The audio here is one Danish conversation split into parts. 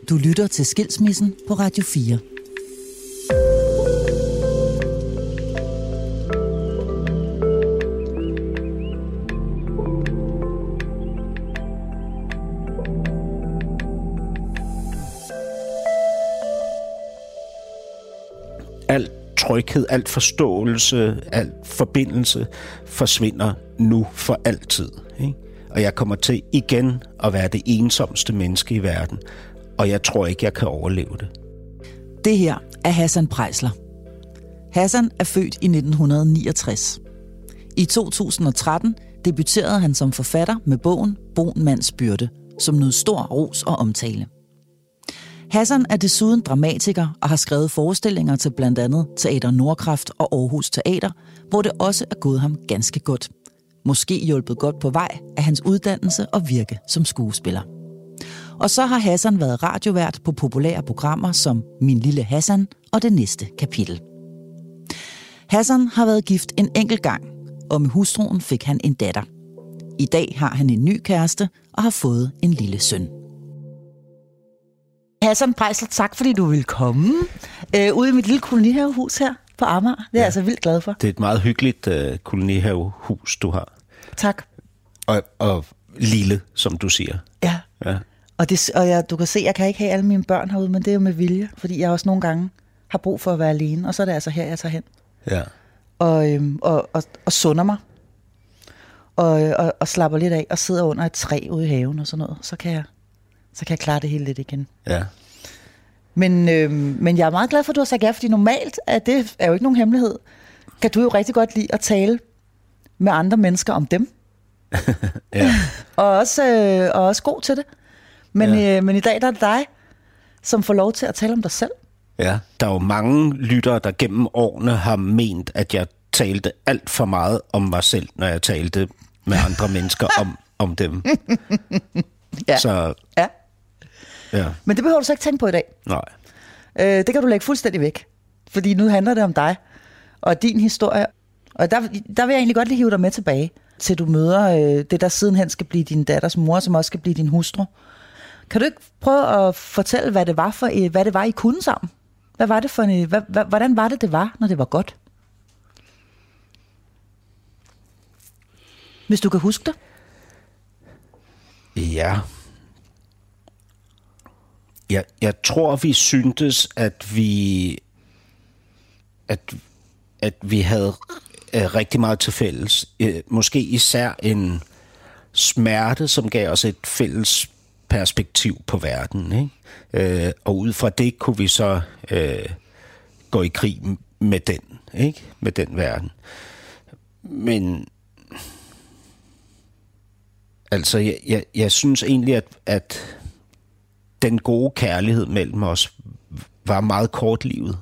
Du lytter til Skilsmissen på Radio 4. Alt tryghed, alt forståelse, alt forbindelse forsvinder nu for altid. Ikke? Og jeg kommer til igen at være det ensomste menneske i verden, og jeg tror ikke, jeg kan overleve det. Det her er Hassan Preisler. Hassan er født i 1969. I 2013 debuterede han som forfatter med bogen Brun mands byrde, som nød stor ros og omtale. Hassan er desuden dramatiker og har skrevet forestillinger til blandt andet Teater Nordkraft og Aarhus Teater, hvor det også er gået ham ganske godt. Måske hjulpet godt på vej af hans uddannelse og virke som skuespiller. Og så har Hassan været radiovært på populære programmer som Min lille Hassan og Det næste kapitel. Hassan har været gift en enkelt gang, og med hustruen fik han en datter. I dag har han en ny kæreste og har fået en lille søn. Hassan Preisler, tak fordi du ville komme ude i mit lille kolonihavehus her på Amager. Det er jeg altså vildt glad for. Det er et meget hyggeligt kolonihavehus, du har. Tak. Og lille, som du siger. Ja. Og du kan se, jeg kan ikke have alle mine børn herude, men det er jo med vilje, fordi jeg også nogle gange har brug for at være alene, og så er det altså her, jeg tager hen. Ja. Og sunder mig. Og slapper lidt af, og sidder under et træ ude i haven og sådan noget. Så kan jeg klare det hele lidt igen. Ja. Men jeg er meget glad for, at du har sagt ja, fordi normalt, det er jo ikke nogen hemmelighed, kan du jo rigtig godt lide at tale med andre mennesker om dem. Ja. og også god til det. Men i dag der er det dig, som får lov til at tale om dig selv. Ja, der er jo mange lyttere, der gennem årene har ment, at jeg talte alt for meget om mig selv, når jeg talte med andre mennesker om dem. Ja. Så, ja. Men det behøver du så ikke tænke på i dag. Nej. Det kan du lægge fuldstændig væk. Fordi nu handler det om dig og din historie. Og der vil jeg egentlig godt lige hive dig med tilbage, til du møder det, der sidenhen skal blive din datters mor, som også skal blive din hustru. Kan du ikke prøve at fortælle, hvad det var, I kunne sammen? Hvad var det for hvordan var det var, når det var godt? Hvis du kan huske det. Ja. Jeg tror, vi syntes, at vi havde rigtig meget til fælles. Måske især en smerte, som gav os et fælles perspektiv på verden. Ikke? Og ud fra det kunne vi så gå i krig med den, ikke? Med den verden. Men altså, jeg synes egentlig, at den gode kærlighed mellem os var meget kortlivet.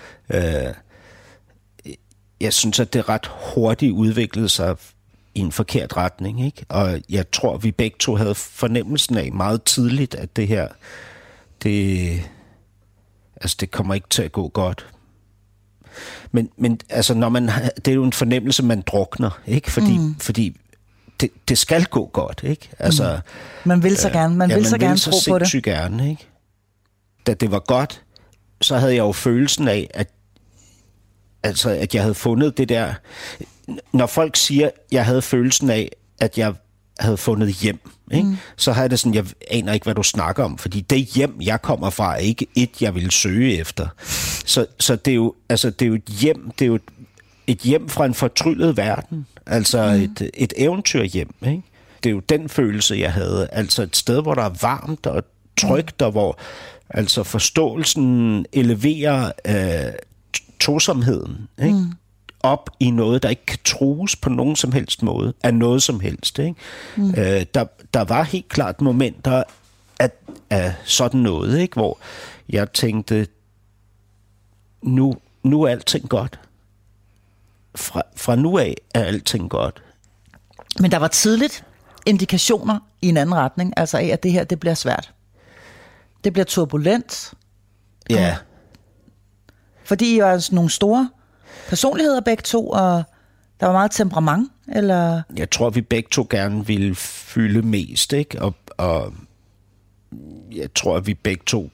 Jeg synes, at det ret hurtigt udviklede sig i en forkert retning, ikke? Og jeg tror, vi begge to havde fornemmelsen af meget tidligt, at det her, det kommer ikke til at gå godt. Men altså, det er jo en fornemmelse, man drukner, ikke? Fordi det skal gå godt, ikke? Altså, man vil så gerne, man vil så gerne tro på det. Gerne, ikke? Da det var godt, så havde jeg jo følelsen af, at jeg havde fundet det der. Når folk siger, jeg havde følelsen af, at jeg havde fundet hjem, ikke? Så har jeg det sådan, jeg aner ikke, hvad du snakker om, fordi det hjem, jeg kommer fra, er ikke jeg vil søge efter. Så det er jo, det er jo et hjem, det er jo et hjem fra en fortryllet verden, altså et eventyrhjem, ikke? Det er jo den følelse, jeg havde, altså et sted, hvor der er varmt og trygt, og hvor altså forståelsen eleverer tosomheden, ikke? Op i noget, der ikke kan trues på nogen som helst måde, af noget som helst, ikke? Der var helt klart momenter af sådan noget, ikke? Hvor jeg tænkte, nu er alting godt. Fra nu af er alting godt. Men der var tidligt indikationer i en anden retning, altså af, at det her, det bliver svært. Det bliver turbulent. Ja. Fordi I var nogle store personligheder begge to, og der var meget temperament, eller? Jeg tror, vi begge to gerne ville fylde mest, ikke? jeg tror, at vi begge to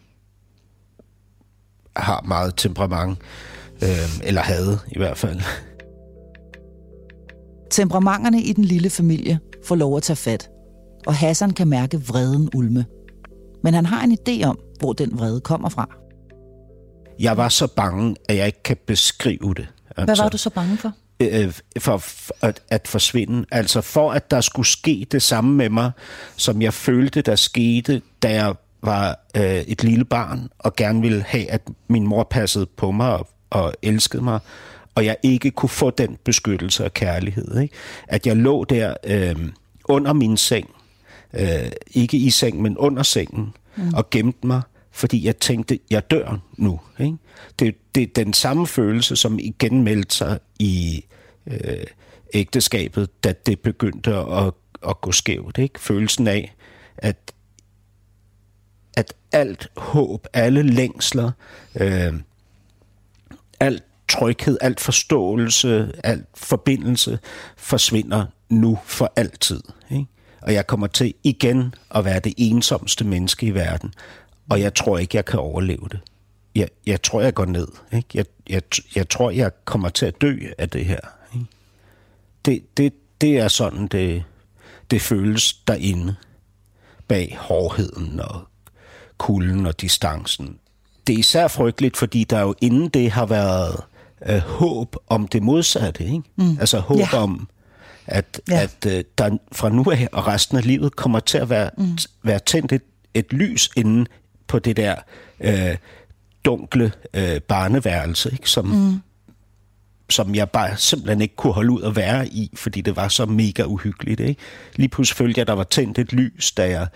har meget temperament, eller havde i hvert fald. Temperamenterne i den lille familie får lov at tage fat, og Hassan kan mærke vreden ulme. Men han har en idé om, hvor den vrede kommer fra. Jeg var så bange, at jeg ikke kan beskrive det. Altså, hvad var du så bange for? For at forsvinde. Altså for, at der skulle ske det samme med mig, som jeg følte, der skete, da jeg var et lille barn, og gerne ville have, at min mor passede på mig og elskede mig, og jeg ikke kunne få den beskyttelse og kærlighed. Ikke? At jeg lå der under min seng, ikke i seng, men under sengen, og gemte mig, fordi jeg tænkte, jeg dør nu. Ikke? Det er den samme følelse, som igen meldte sig i ægteskabet, da det begyndte at gå skævt. Ikke? Følelsen af, at alt håb, alle længsler, alt tryghed, alt forståelse, alt forbindelse forsvinder nu for altid. Ikke? Og jeg kommer til igen at være det ensomste menneske i verden, og jeg tror ikke, jeg kan overleve det. Jeg tror, jeg går ned. Ikke? Jeg tror, jeg kommer til at dø af det her. Ikke? Det er sådan, det føles derinde, bag hårdheden og kulden og distancen. Det er især frygteligt, fordi der jo inden det har været håb om det modsatte. Ikke? Altså håb om, at der fra nu af og resten af livet kommer til at være tændt et lys inde på det der dunkle barneværelse, ikke? Som jeg bare simpelthen ikke kunne holde ud at være i, fordi det var så mega uhyggeligt. Ikke? Lige pludselig følte jeg, at der var tændt et lys, da jeg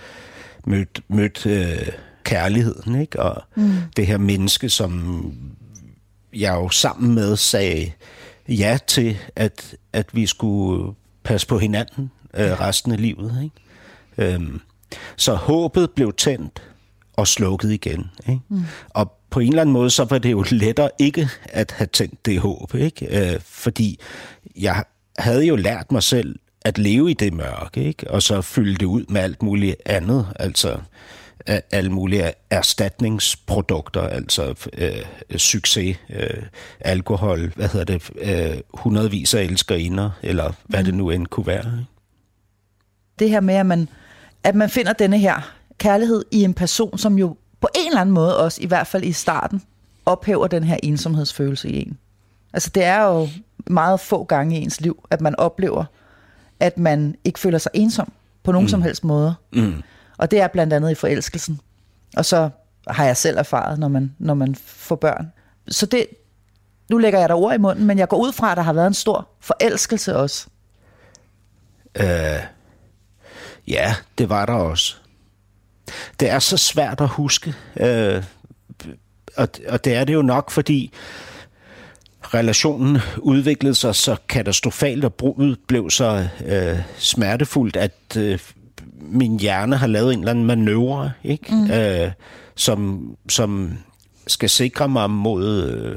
mødte kærligheden, ikke? Og det her menneske, som jeg jo sammen med sagde ja til, at vi skulle passe på hinanden resten af livet. Ikke? Så håbet blev tændt og slukket igen. Ikke? Og på en eller anden måde, så var det jo lettere ikke at have tændt det håb. Ikke? Fordi jeg havde jo lært mig selv at leve i det mørke, ikke? Og så fylde det ud med alt muligt andet, altså alle mulige erstatningsprodukter, altså succes, alkohol, hundredvis af elskerinder, eller hvad det nu end kunne være. Ikke? Det her med, at man finder denne her kærlighed i en person, som jo på en eller anden måde også, i hvert fald i starten, ophæver den her ensomhedsfølelse i en. Altså det er jo meget få gange i ens liv, at man oplever, at man ikke føler sig ensom på nogen som helst måde. Og det er blandt andet i forelskelsen. Og så har jeg selv erfaret, når man får børn. Så det, nu lægger jeg der ord i munden, men jeg går ud fra, at der har været en stor forelskelse også. Ja, det var der også. Det er så svært at huske. Og det er det jo nok, fordi relationen udviklede sig så katastrofalt, og bruddet blev så smertefuldt, at min hjerne har lavet en eller anden manøvre, ikke? Som skal sikre mig mod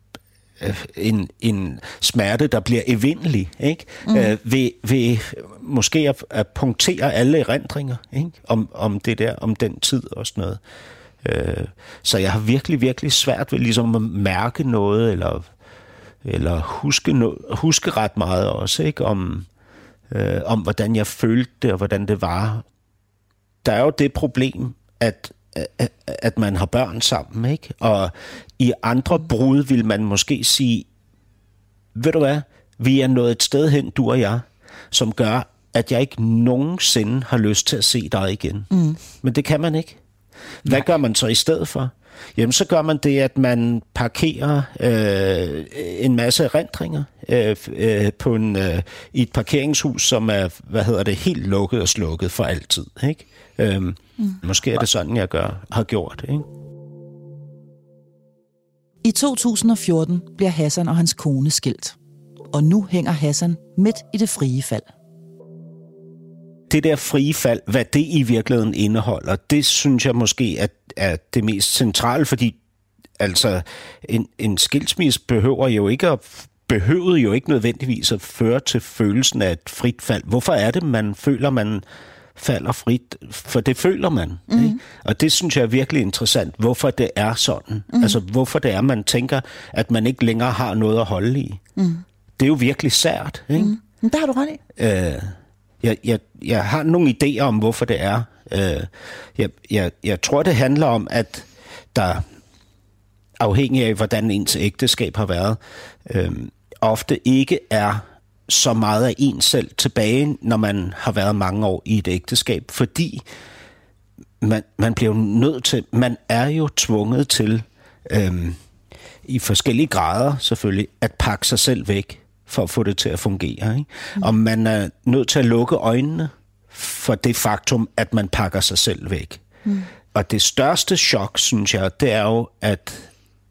en smerte, der bliver evindelig, ikke? Ved måske at punktere alle erindringer, ikke? Om det der, om den tid og sådan noget. Så jeg har virkelig, virkelig svært ved ligesom at mærke noget, eller huske ret meget også, ikke? Om hvordan jeg følte det, og hvordan det var. Der er jo det problem, at man har børn sammen, ikke? Og i andre brud vil man måske sige, ved du hvad, vi er nået et sted hen, du og jeg, som gør, at jeg ikke nogensinde har lyst til at se dig igen. Men det kan man ikke. Hvad gør man så i stedet for? Jamen, så gør man det, at man parkerer en masse erindringer på i et parkeringshus, som er, helt lukket og slukket for altid, ikke? Måske er det sådan, jeg har gjort, ikke? I 2014 bliver Hassan og hans kone skilt. Og nu hænger Hassan midt i det frie fald. Det der frie fald, hvad det i virkeligheden indeholder, det synes jeg måske er det mest centrale, fordi altså en skilsmisse behøvede jo ikke nødvendigvis at føre til følelsen af et frit fald. Hvorfor er det, man føler, man falder frit, for det føler man. Ikke? Og det synes jeg er virkelig interessant, hvorfor det er sådan. Altså, hvorfor det er, man tænker, at man ikke længere har noget at holde i. Det er jo virkelig sært. Ikke? Det har du ret i. Jeg har nogle idéer om, hvorfor det er. Jeg tror, det handler om, at der, afhængig af, hvordan ens ægteskab har været, ofte ikke er så meget af en selv tilbage, når man har været mange år i et ægteskab, fordi man bliver nødt til, man er jo tvunget til, i forskellige grader selvfølgelig, at pakke sig selv væk, for at få det til at fungere. Ikke? Og man er nødt til at lukke øjnene for det faktum, at man pakker sig selv væk. Og det største chok, synes jeg, det er jo, at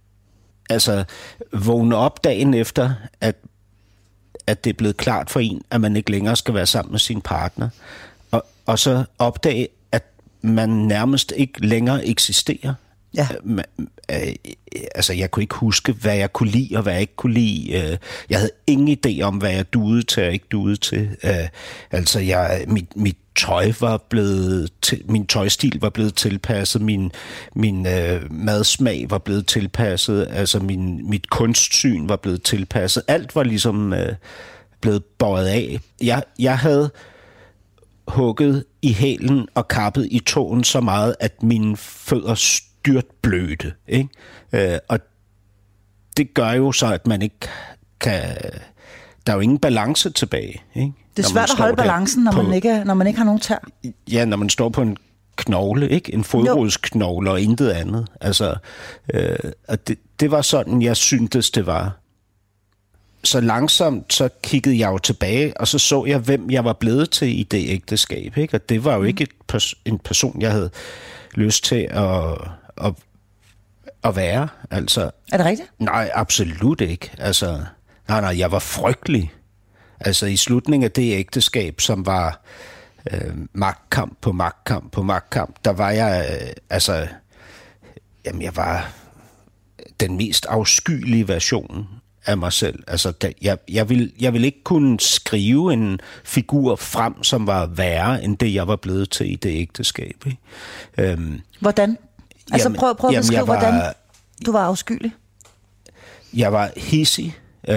vågne op dagen efter, at det er blevet klart for en, at man ikke længere skal være sammen med sin partner, og så opdage, at man nærmest ikke længere eksisterer. Ja. Jeg kunne ikke huske, hvad jeg kunne lide og hvad jeg ikke kunne lide. Jeg havde ingen idé om, hvad jeg duede til og ikke duede til. Mit tøj var blevet min tøjstil var blevet tilpasset, min madsmag var blevet tilpasset, altså mit kunstsyn var blevet tilpasset. Alt var ligesom blevet bøjet af. Jeg havde hugget i hælen og kappet i tåen så meget, at mine fødder styrtblødte, ikke? Og det gør jo så, at man ikke kan. Der er jo ingen balance tilbage, ikke? Det er svært at holde balancen, når man ikke har nogen tær. Ja, når man står på en knogle, ikke? En fodrodsknogle og intet andet. Og det var sådan, jeg syntes, det var. Så langsomt, så kiggede jeg jo tilbage, og så jeg, hvem jeg var blevet til i det ægteskab, ikke? Og det var jo ikke en person, jeg havde lyst til at være. Altså, er det rigtigt? Nej, absolut ikke. Nej, jeg var frygtelig. I slutningen af det ægteskab, som var magtkamp på magtkamp på magtkamp, der var jeg, jeg var den mest afskyelige version af mig selv. Jeg ville ikke kunne skrive en figur frem, som var værre end det, jeg var blevet til i det ægteskab. Ikke? Hvordan? Prøv at beskrive, hvordan du var afskyelig. Jeg var hidsig,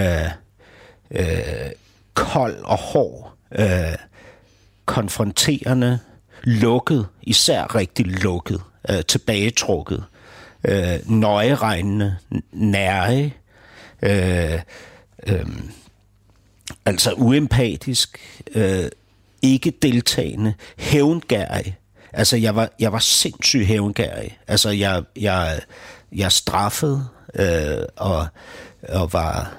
kold og hård, konfronterende, lukket, især rigtig lukket, tilbagetrukket, nøjeregnende, nærig, uempatisk, ikke deltagende, hævngærig. Jeg var sindssygt hævngærig. Jeg straffede og var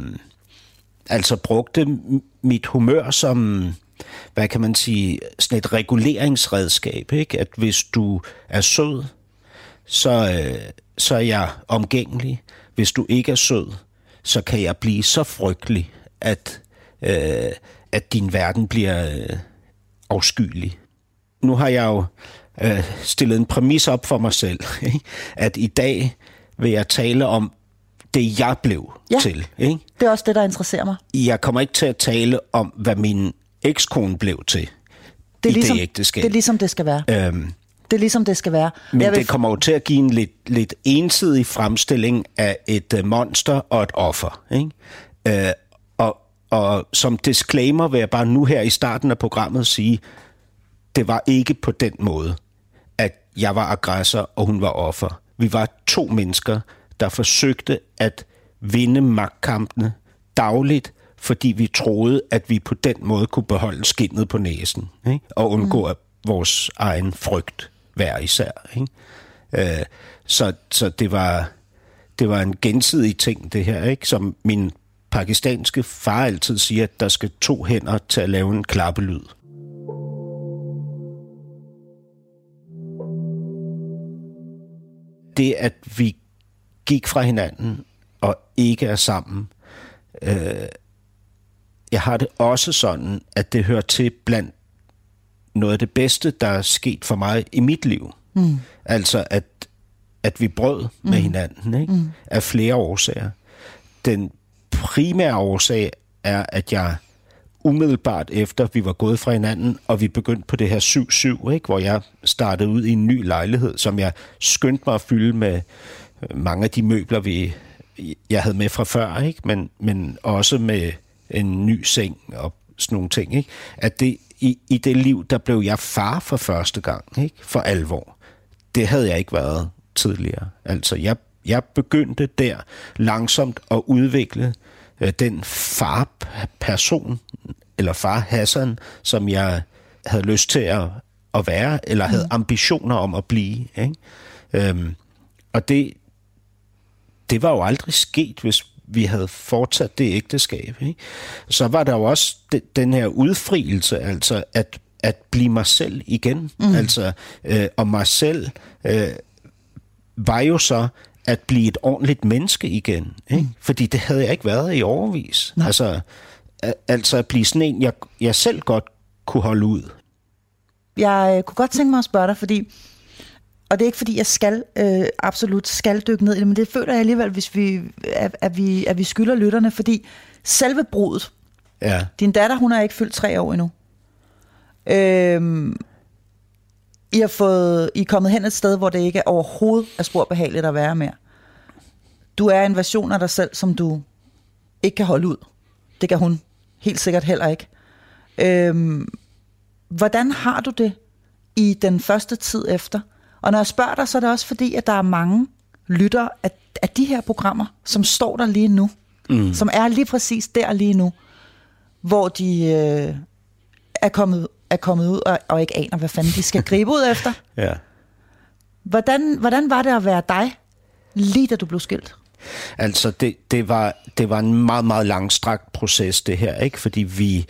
brugte mit humør som, hvad kan man sige, sådan et reguleringsredskab, ikke? At hvis du er sød, så er jeg omgængelig. Hvis du ikke er sød, så kan jeg blive så frygtelig, at din verden bliver afskyelig. Nu har jeg jo stillet en præmis op for mig selv, ikke? At i dag vil jeg tale om det, jeg blev til. Ikke? Det er også det, der interesserer mig. Jeg kommer ikke til at tale om, hvad min ekskone blev til det ægteskab. Det er ligesom det skal være. Det er ligesom det skal være. Men det kommer jo til at give en lidt ensidig fremstilling af et monster og et offer. Ikke? Og som disclaimer vil jeg bare nu her i starten af programmet sige, det var ikke på den måde, at jeg var aggressor, og hun var offer. Vi var to mennesker, der forsøgte at vinde magtkampene dagligt, fordi vi troede, at vi på den måde kunne beholde skindet på næsen, ikke? Og undgå at vores egen frygt hver især. Ikke? Så det var en gensidig ting, det her, ikke? Som min pakistanske far altid siger, at der skal 2 hænder til at lave en klappelyd. Det, at vi gik fra hinanden og ikke er sammen, jeg har det også sådan, at det hører til blandt noget af det bedste, der er sket for mig i mit liv. Altså, at vi brød med hinanden, ikke? Af flere årsager. Den primære årsag er, at jeg umiddelbart efter, vi var gået fra hinanden, og vi begyndte på det her 7-7, ikke? Hvor jeg startede ud i en ny lejlighed, som jeg skyndte mig at fylde med mange af de møbler, jeg havde med fra før, ikke? Men også med en ny seng og sådan nogle ting. Ikke? At det, i det liv, der blev jeg far for første gang, ikke? For alvor. Det havde jeg ikke været tidligere. Altså, jeg begyndte der langsomt at udvikle den farperson, eller far Hassan, som jeg havde lyst til at være, eller havde ambitioner om at blive. Ikke? Og det var jo aldrig sket, hvis vi havde fortsat det ægteskab. Ikke? Så var der jo også den her udfrielse, altså at blive mig selv igen. Altså, og mig selv var jo så at blive et ordentligt menneske igen. Ikke? Fordi det havde jeg ikke været i årevis. Altså at blive sådan en, jeg selv godt kunne holde ud. Jeg kunne godt tænke mig at spørge dig, fordi, og det er ikke fordi, jeg absolut skal dykke ned i det, men det føler jeg alligevel, hvis vi skylder lytterne, fordi selve brudet, din datter, hun er ikke fyldt 3 år endnu. I er kommet hen et sted, hvor det ikke overhovedet er spor behageligt at være mere. Du er en version af dig selv, som du ikke kan holde ud. Det kan hun helt sikkert heller ikke. Hvordan har du det i den første tid efter? Og når jeg spørger dig, så er det også fordi, at der er mange lyttere af de her programmer, som står der lige nu. Som er lige præcis der lige nu, hvor de er kommet ud og ikke aner, hvad fanden de skal gribe ud efter. Ja. Hvordan var det at være dig, lige da du blev skilt? Altså, det var en meget, meget langstrakt proces, det her, ikke? Fordi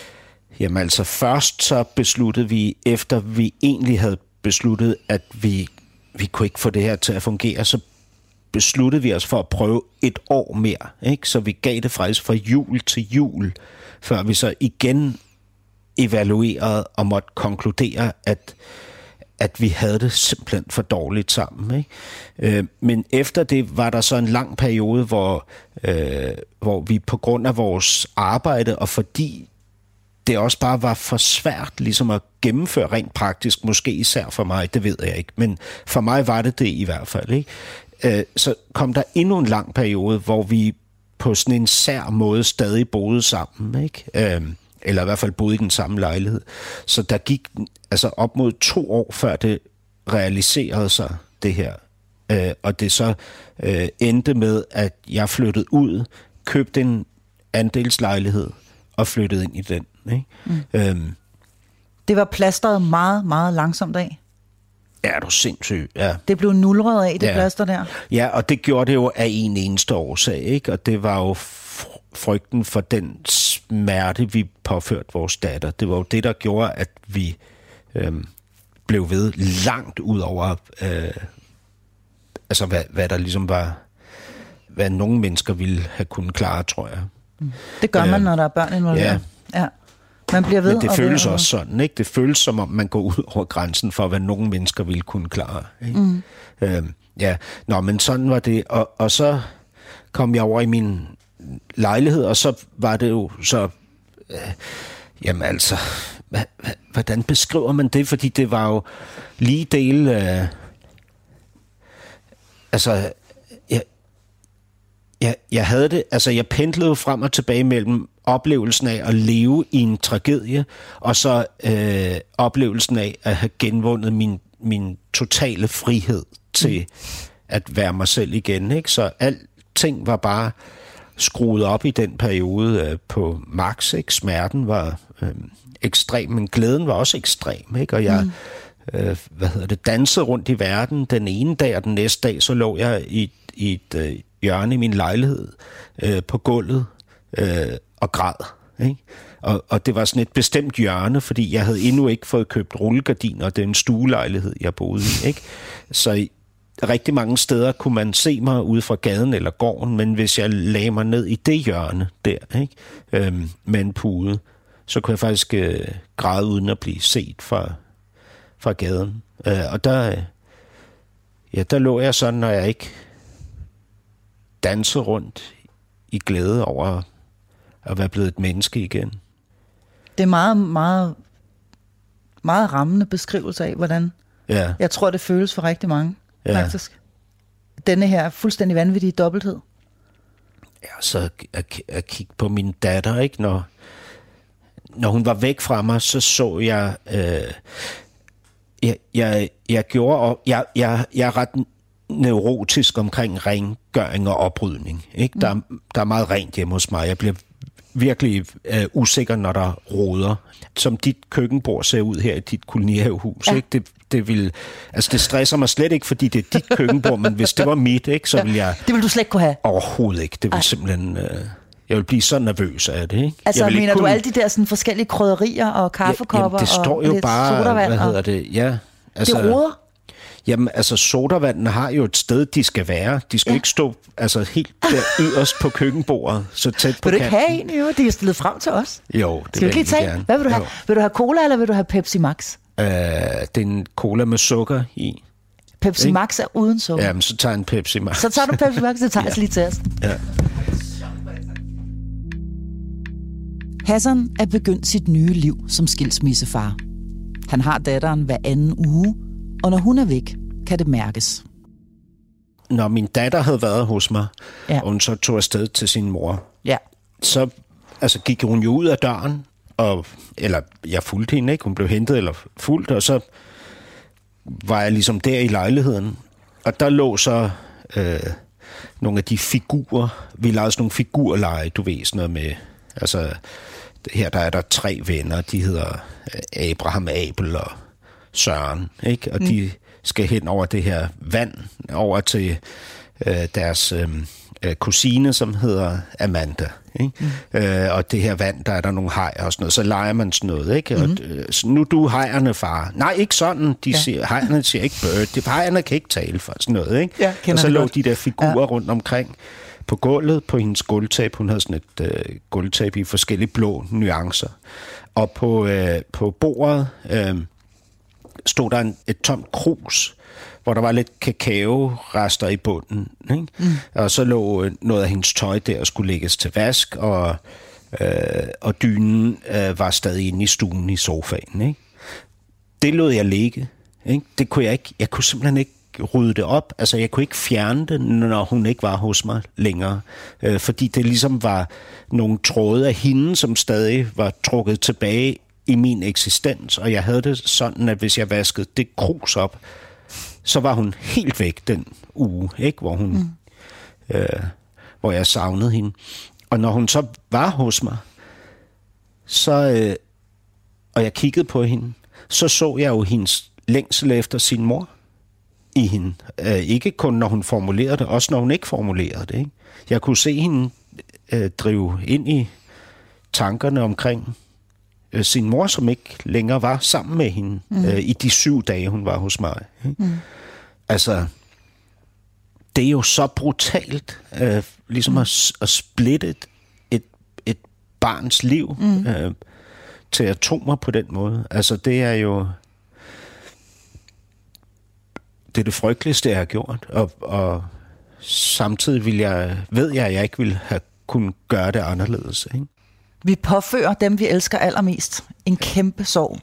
først så besluttede vi, efter vi egentlig havde besluttet, at vi kunne ikke få det her til at fungere, så besluttede vi os for at prøve 1 år mere, ikke? Så vi gav det faktisk fra jul til jul, før vi så igen evaluerede og måtte konkludere, at vi havde det simpelthen for dårligt sammen. Ikke? Men efter det var der så en lang periode, hvor vi på grund af vores arbejde, og fordi det også bare var for svært ligesom at gennemføre rent praktisk, måske især for mig, det ved jeg ikke, men for mig var det i hvert fald. Ikke? Så kom der endnu en lang periode, hvor vi på sådan en sær måde stadig boede sammen, ikke? Eller i hvert fald boede i den samme lejlighed. Så der gik altså op mod 2 år, før det realiserede sig, det her. Og det så endte med, at jeg flyttede ud, købte en andelslejlighed og flyttede ind i den. Ikke? Det var plastret meget, meget langsomt af. Ja, du er sindssyg, ja. Det blev nulret af, det plaster der. Ja, og det gjorde det jo af en eneste årsag, ikke? Og det var jo frygten for den smerte, vi påførte vores datter. Det var jo det, der gjorde, at vi blev ved langt ud over, altså hvad der ligesom var, hvad nogle mennesker ville have kunnet klare, tror jeg. Det gør man, når der er børn involveret. Ja. Man bliver ved. Men det føles også sådan, ikke? Det føles som om, man går ud over grænsen for, hvad nogle mennesker ville kunne klare. Ikke? Men sådan var det. Og så kom jeg over i min lejlighed, og så var det jo så... hvordan beskriver man det? Fordi det var jo lige dele... Jeg havde det, altså jeg pendlede jo frem og tilbage mellem oplevelsen af at leve i en tragedie, og så oplevelsen af at have genvundet min totale frihed til at være mig selv igen. Ikke? Så alting var bare skruet op i den periode på max. Ikke? Smerten var ekstrem, men glæden var også ekstrem. Ikke? Og jeg dansede rundt i verden den ene dag, og den næste dag, så lå jeg i et hjørne i min lejlighed på gulvet og græd. Ikke? Og det var sådan et bestemt hjørne, fordi jeg havde endnu ikke fået købt rullegardiner, og det er en stuelejlighed, jeg boede i. Ikke? Så rigtig mange steder kunne man se mig ude fra gaden eller gården, men hvis jeg lagde mig ned i det hjørne der, ikke? Med en pude, så kunne jeg faktisk græde uden at blive set fra gaden. Og der lå jeg sådan, når jeg ikke dansede rundt i glæde over at være blevet et menneske igen. Det er meget, meget, meget rammende beskrivelse af, hvordan jeg tror, det føles for rigtig mange, faktisk. Denne her fuldstændig vanvittige dobbelthed. Ja, så at kigge på min datter, ikke? Når hun var væk fra mig, så jeg gjorde, og jeg er ret neurotisk omkring rengøring og oprydning. Ikke? Der er meget rent hjemme hos mig. Jeg bliver virkelig usikker, når der roder. Som dit køkkenbord ser ud her i dit kolonihavehus. Ikke? Det stresser mig slet ikke, fordi det er dit køkkenbord, men hvis det var mit, ikke, så ville jeg... Det vil du slet ikke kunne have? Overhovedet ikke. Det vil simpelthen... Jeg vil blive så nervøs af det, ikke? Altså, mener du alle de der sådan forskellige krydderier og kaffekopper det står jo og bare, sodavand? Hvad hedder det? Ja, altså, det roder? Jamen, altså, sodavandene har jo et sted, de skal være. De skal ikke stå helt der yderst på køkkenbordet, så tæt på kanten. Vil du ikke have en, jo? De er stillet frem til os. Jo, det vil jeg gerne. Hvad vil du have? Vil du have cola, eller vil du have Pepsi Max? Det er en cola med sukker i. Pepsi Max er uden sukker? Jamen, så tager jeg en Pepsi Max. Så tager du Pepsi Max, det tager jeg lige til os. Ja. Hassan er begyndt sit nye liv som skilsmissefar. Han har datteren hver anden uge, og når hun er væk, kan det mærkes. Når min datter havde været hos mig, og hun så tog afsted til sin mor, så gik hun jo ud af døren, eller jeg fulgte hende, ikke? Hun blev hentet eller fulgt, og så var jeg ligesom der i lejligheden. Og der lå så nogle af de figurer. Vi lavede sådan nogle figurleje, du ved, sådan noget med... Altså, her der er der 3 venner, de hedder Abraham, Abel og Søren, ikke? Og de skal hen over det her vand, over til deres kusine, som hedder Amanda, ikke? Og det her vand, der er der nogle hajer og sådan noget, så leger man sådan noget, ikke? Og, nu du hejerne, far. Nej, ikke sådan, siger, hejerne siger ikke bird, hejerne kan ikke tale for sådan noget, ikke? Og så lå de der figurer rundt omkring på gulvet, på hendes gulvtæppe. Hun havde sådan et gulvtæppe i forskellige blå nuancer. Og på bordet stod der et tomt krus, hvor der var lidt kakaorester i bunden. Ikke? Og så lå noget af hendes tøj der og skulle lægges til vask, og dynen var stadig inde i stuen i sofaen. Ikke? Det lod jeg ligge. Ikke? Det kunne jeg ikke. Jeg kunne simpelthen ikke rydde det op. Altså, jeg kunne ikke fjerne det, når hun ikke var hos mig længere. Fordi det ligesom var nogle tråde af hende, som stadig var trukket tilbage i min eksistens. Og jeg havde det sådan, at hvis jeg vaskede det krus op, så var hun helt væk den uge, ikke? Hvor jeg savnede hende. Og når hun så var hos mig, og jeg kiggede på hende, så jeg jo hendes længsel efter sin mor i hende. Ikke kun når hun formulerede det, også når hun ikke formulerede det. Ikke? Jeg kunne se hende drive ind i tankerne omkring sin mor, som ikke længere var sammen med hende i de 7 dage, hun var hos mig. Ikke? Altså, det er jo så brutalt, ligesom at splitte et barns liv til atomer på den måde. Altså, det er jo... Det er det frygteligste, jeg har gjort, og samtidig ved jeg, at jeg ikke ville have kunnet gøre det anderledes. Ikke? Vi påfører dem, vi elsker allermest, en kæmpe sorg.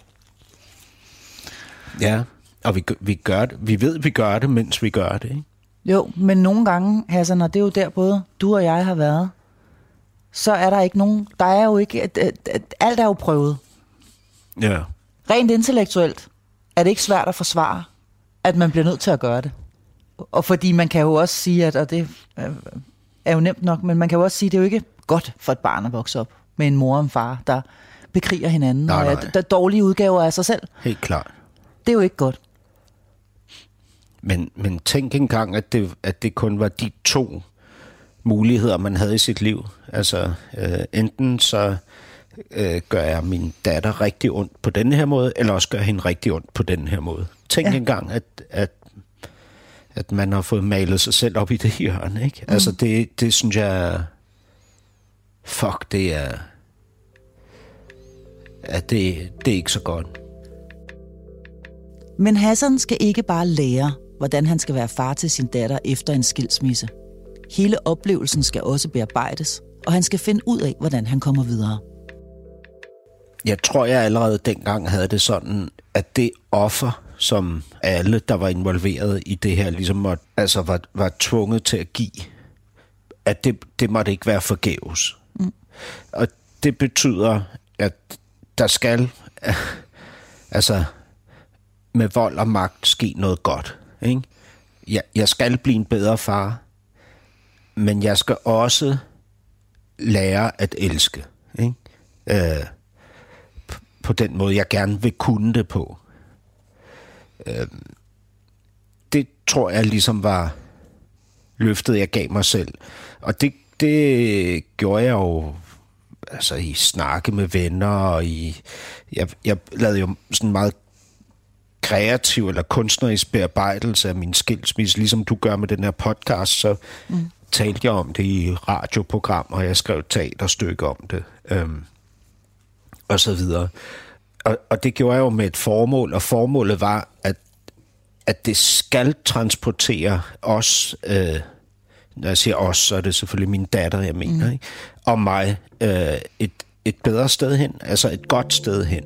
Ja, og vi gør det. Vi ved, vi gør det, mens vi gør det. Ikke? Jo, men nogle gange, Hassan, og det er jo der både du og jeg har været, så er der ikke nogen... Der er jo ikke... Alt er jo prøvet. Ja. Rent intellektuelt er det ikke svært at forsvare, at man bliver nødt til at gøre det. Og fordi man kan jo også sige, at, og det er jo nemt nok, men man kan jo også sige, at det er jo ikke godt for et barn at vokse op med en mor og en far, der bekriger hinanden, nej. Og der er dårlige udgaver af sig selv. Helt klart. Det er jo ikke godt. Men tænk engang, at det kun var de 2 muligheder, man havde i sit liv. Altså, enten så gør jeg min datter rigtig ondt på den her måde, eller også gør jeg hende rigtig ondt på den her måde. Tænk engang, at man har fået malet sig selv op i det hjørne, ikke? Altså, det synes jeg... Fuck, det er... At det er ikke så godt. Men Hassan skal ikke bare lære, hvordan han skal være far til sin datter efter en skilsmisse. Hele oplevelsen skal også bearbejdes, og han skal finde ud af, hvordan han kommer videre. Jeg tror, jeg allerede dengang havde det sådan, at det offer, som alle, der var involveret i det her, ligesom var tvunget til at give, at det måtte ikke være forgæves. Mm. Og det betyder, at der skal med vold og magt ske noget godt. Ikke? Jeg skal blive en bedre far, men jeg skal også lære at elske. Ikke? På den måde, jeg gerne vil kunne det på. Det tror jeg ligesom var løftet, jeg gav mig selv. Og det gjorde jeg jo i snakke med venner, og jeg lavede jo sådan meget kreativ eller kunstnerisk bearbejdelse af min skilsmisse, ligesom du gør med den her podcast, så talte jeg om det i radioprogrammer, og jeg skrev teaterstykke om det, og så videre. Og det gjorde jeg jo med et formål, og formålet var, at det skal transportere os, når jeg siger os, så er det selvfølgelig min datter, jeg mener, ikke? Og mig, et bedre sted hen, altså et godt sted hen.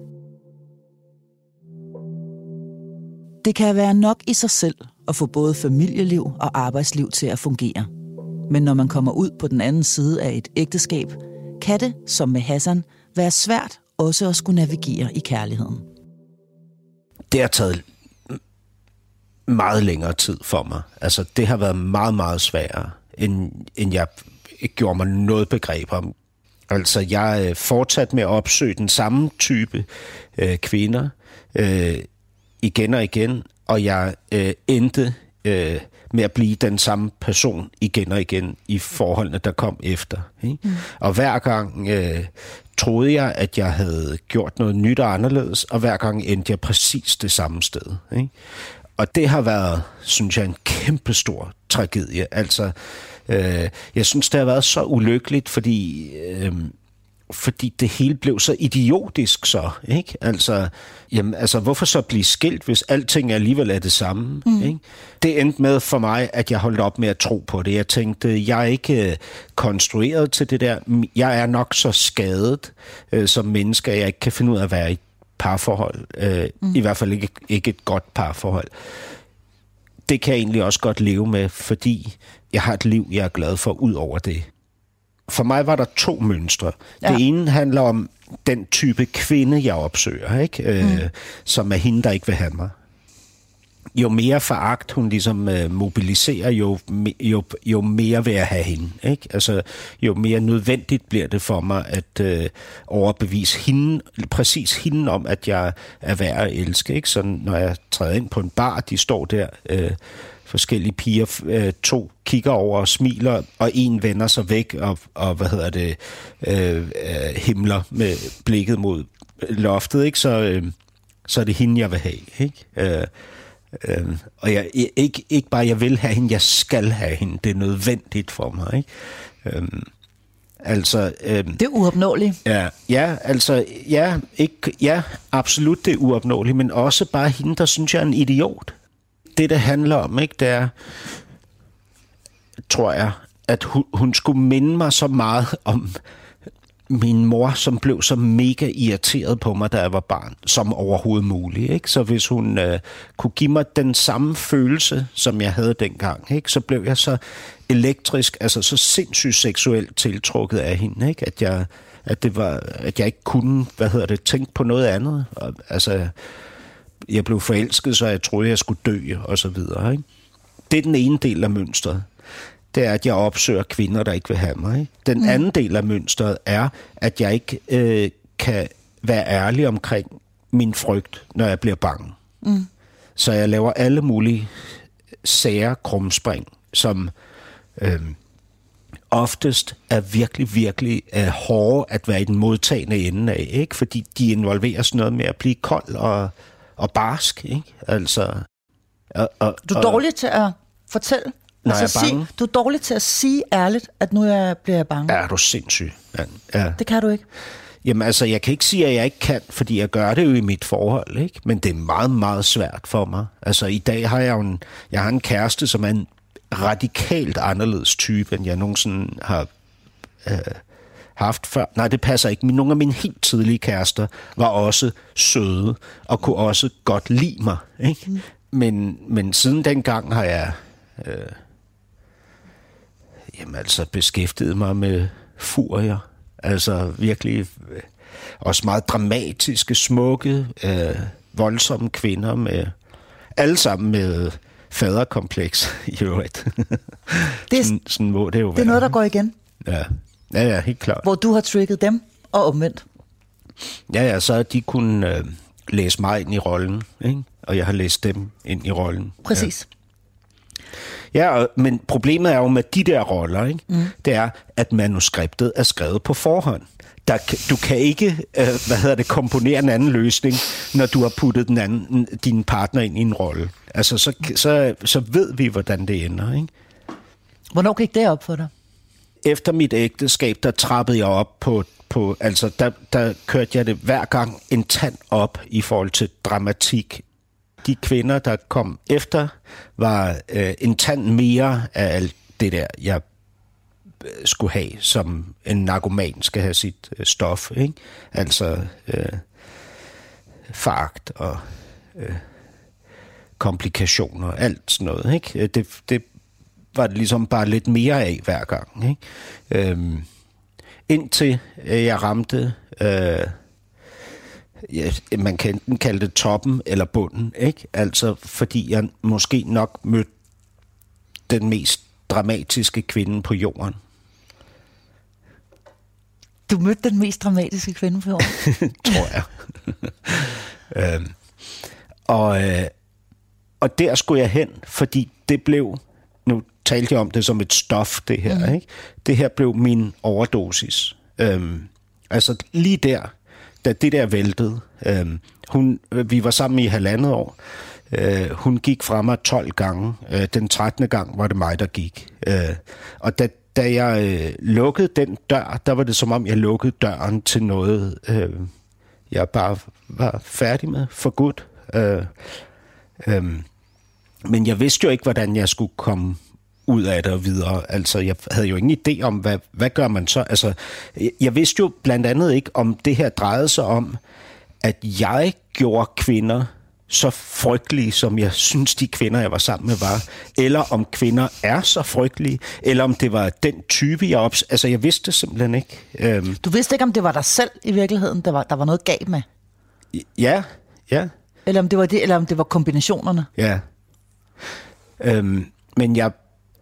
Det kan være nok i sig selv at få både familieliv og arbejdsliv til at fungere. Men når man kommer ud på den anden side af et ægteskab, kan det, som med Hassan, være svært også at skulle navigere i kærligheden. Det har taget meget længere tid for mig. Altså, det har været meget, meget sværere, end jeg gjorde mig noget begreb om. Altså, jeg er fortsat med at opsøge den samme type kvinder igen og igen, og jeg endte med at blive den samme person igen og igen i forholdene, der kom efter. Ikke? Og hver gang troede jeg, at jeg havde gjort noget nyt og anderledes, og hver gang endte jeg præcis det samme sted. Ikke? Og det har været, synes jeg, en kæmpestor tragedie. Altså, jeg synes, det har været så ulykkeligt, fordi det hele blev så idiotisk så, ikke? Altså, hvorfor så blive skilt, hvis alting alligevel er det samme, ikke? Det endte med for mig, at jeg holdt op med at tro på det. Jeg tænkte, jeg er ikke konstrueret til det der. Jeg er nok så skadet som menneske, at jeg ikke kan finde ud af at være i et parforhold. I hvert fald ikke et godt parforhold. Det kan jeg egentlig også godt leve med, fordi jeg har et liv, jeg er glad for ud over det. For mig var der 2 mønstre. Ja. Det ene handler om den type kvinde, jeg opsøger, ikke? Som er hende, der ikke vil have mig. Jo mere foragt hun ligesom mobiliserer, jo mere vil jeg have hende. Ikke? Altså, jo mere nødvendigt bliver det for mig at overbevise hende, præcis hende om, at jeg er værd at elske. Ikke? Så når jeg træder ind på en bar, de står der... forskellige piger, 2 kigger over og smiler, og en vender sig væk og himler med blikket mod loftet, ikke? Så er det hende, jeg vil have, ikke? Og jeg ikke bare jeg vil have hende, jeg skal have hende. Det er nødvendigt for mig, ikke? Det er uopnåeligt. Ja, absolut det er uopnåeligt, men også bare hende, der synes jeg er en idiot. Det handler om, ikke, det er, tror jeg, at hun skulle minde mig så meget om min mor, som blev så mega irriteret på mig, da jeg var barn, som overhovedet muligt. Ikke? Så hvis hun kunne give mig den samme følelse, som jeg havde dengang, ikke? Så blev jeg så elektrisk, altså så sindssygt seksuelt tiltrukket af hende, ikke? At jeg ikke kunne, tænke på noget andet. Altså, jeg blev forelsket, så jeg troede, jeg skulle dø, og så videre. Ikke? Det er den ene del af mønstret. Det er, at jeg opsøger kvinder, der ikke vil have mig. Ikke? Den anden del af mønstret er, at jeg ikke kan være ærlig omkring min frygt, når jeg bliver bange. Så jeg laver alle mulige sære krumspring, som oftest er virkelig, virkelig hårde at være i den modtagende ende af. Ikke? Fordi de involverer sådan noget med at blive kold og barsk, ikke? Altså... Du er dårlig til at fortælle. Når jeg er bange. Du er dårlig til at sige ærligt, at nu bliver jeg bange. Ja, du er sindssyg. Ja. Det kan du ikke. Jamen altså, jeg kan ikke sige, at jeg ikke kan, fordi jeg gør det jo i mit forhold, ikke? Men det er meget, meget svært for mig. Altså, i dag har jeg har en kæreste, som er en radikalt anderledes type, end jeg nogensinde haft før. Nej, det passer ikke. Men nogle af mine helt tidlige kærester var også søde og kunne også godt lide mig. Ikke? Men siden dengang har jeg beskæftiget mig med furier. Altså virkelig også meget dramatiske, smukke, voldsomme kvinder med alle sammen med faderkompleks i øvrigt. Sådan må det jo være. Det er noget, der går igen. Ja, helt klart. Hvor du har trigget dem, og omvendt. Ja, så de kunne læse mig ind i rollen, ikke? Og jeg har læst dem ind i rollen. Præcis. Ja, men problemet er jo med de der roller, ikke? Det er, at manuskriptet er skrevet på forhånd. Du kan ikke komponere en anden løsning, når du har puttet din partner ind i en rolle. Altså, så ved vi, hvordan det ender, ikke? Hvornår gik det op for dig? Efter mit ægteskab, der trappede jeg op på der kørte jeg det hver gang en tand op i forhold til dramatik. De kvinder, der kom efter, var en tand mere af alt det der, jeg skulle have, som en narkoman skal have sit stof, ikke? Altså foragt og komplikationer, alt sådan noget, ikke? Det var det ligesom bare lidt mere af hver gang, ikke? Indtil jeg ramte, man kan enten kalde det toppen eller bunden, ikke? Altså fordi jeg måske nok mødte den mest dramatiske kvinde på jorden. Du mødte den mest dramatiske kvinde på jorden? Tror jeg. Og der skulle jeg hen, fordi det blev, nu talte jeg om det som et stof, det her, ikke? Det her blev min overdosis. Altså lige der, da det der væltede, vi var sammen i 1,5 år, hun gik fra mig 12 gange, den 13. gang var det mig, der gik. Og da jeg lukkede den dør, der var det som om, jeg lukkede døren til noget, jeg bare var færdig med for godt. Men jeg vidste jo ikke, hvordan jeg skulle komme ud af det og videre. Altså, jeg havde jo ingen idé om, hvad gør man så? Altså, jeg vidste jo blandt andet ikke, om det her drejede sig om, at jeg gjorde kvinder så frygtelige, som jeg synes, de kvinder, jeg var sammen med, var. Eller om kvinder er så frygtelige. Eller om det var den type, jeg Altså, jeg vidste det simpelthen ikke. Du vidste ikke, om det var dig selv i virkeligheden, der var noget galt med? Ja. Eller om det var det, eller om det var kombinationerne? Ja. Men jeg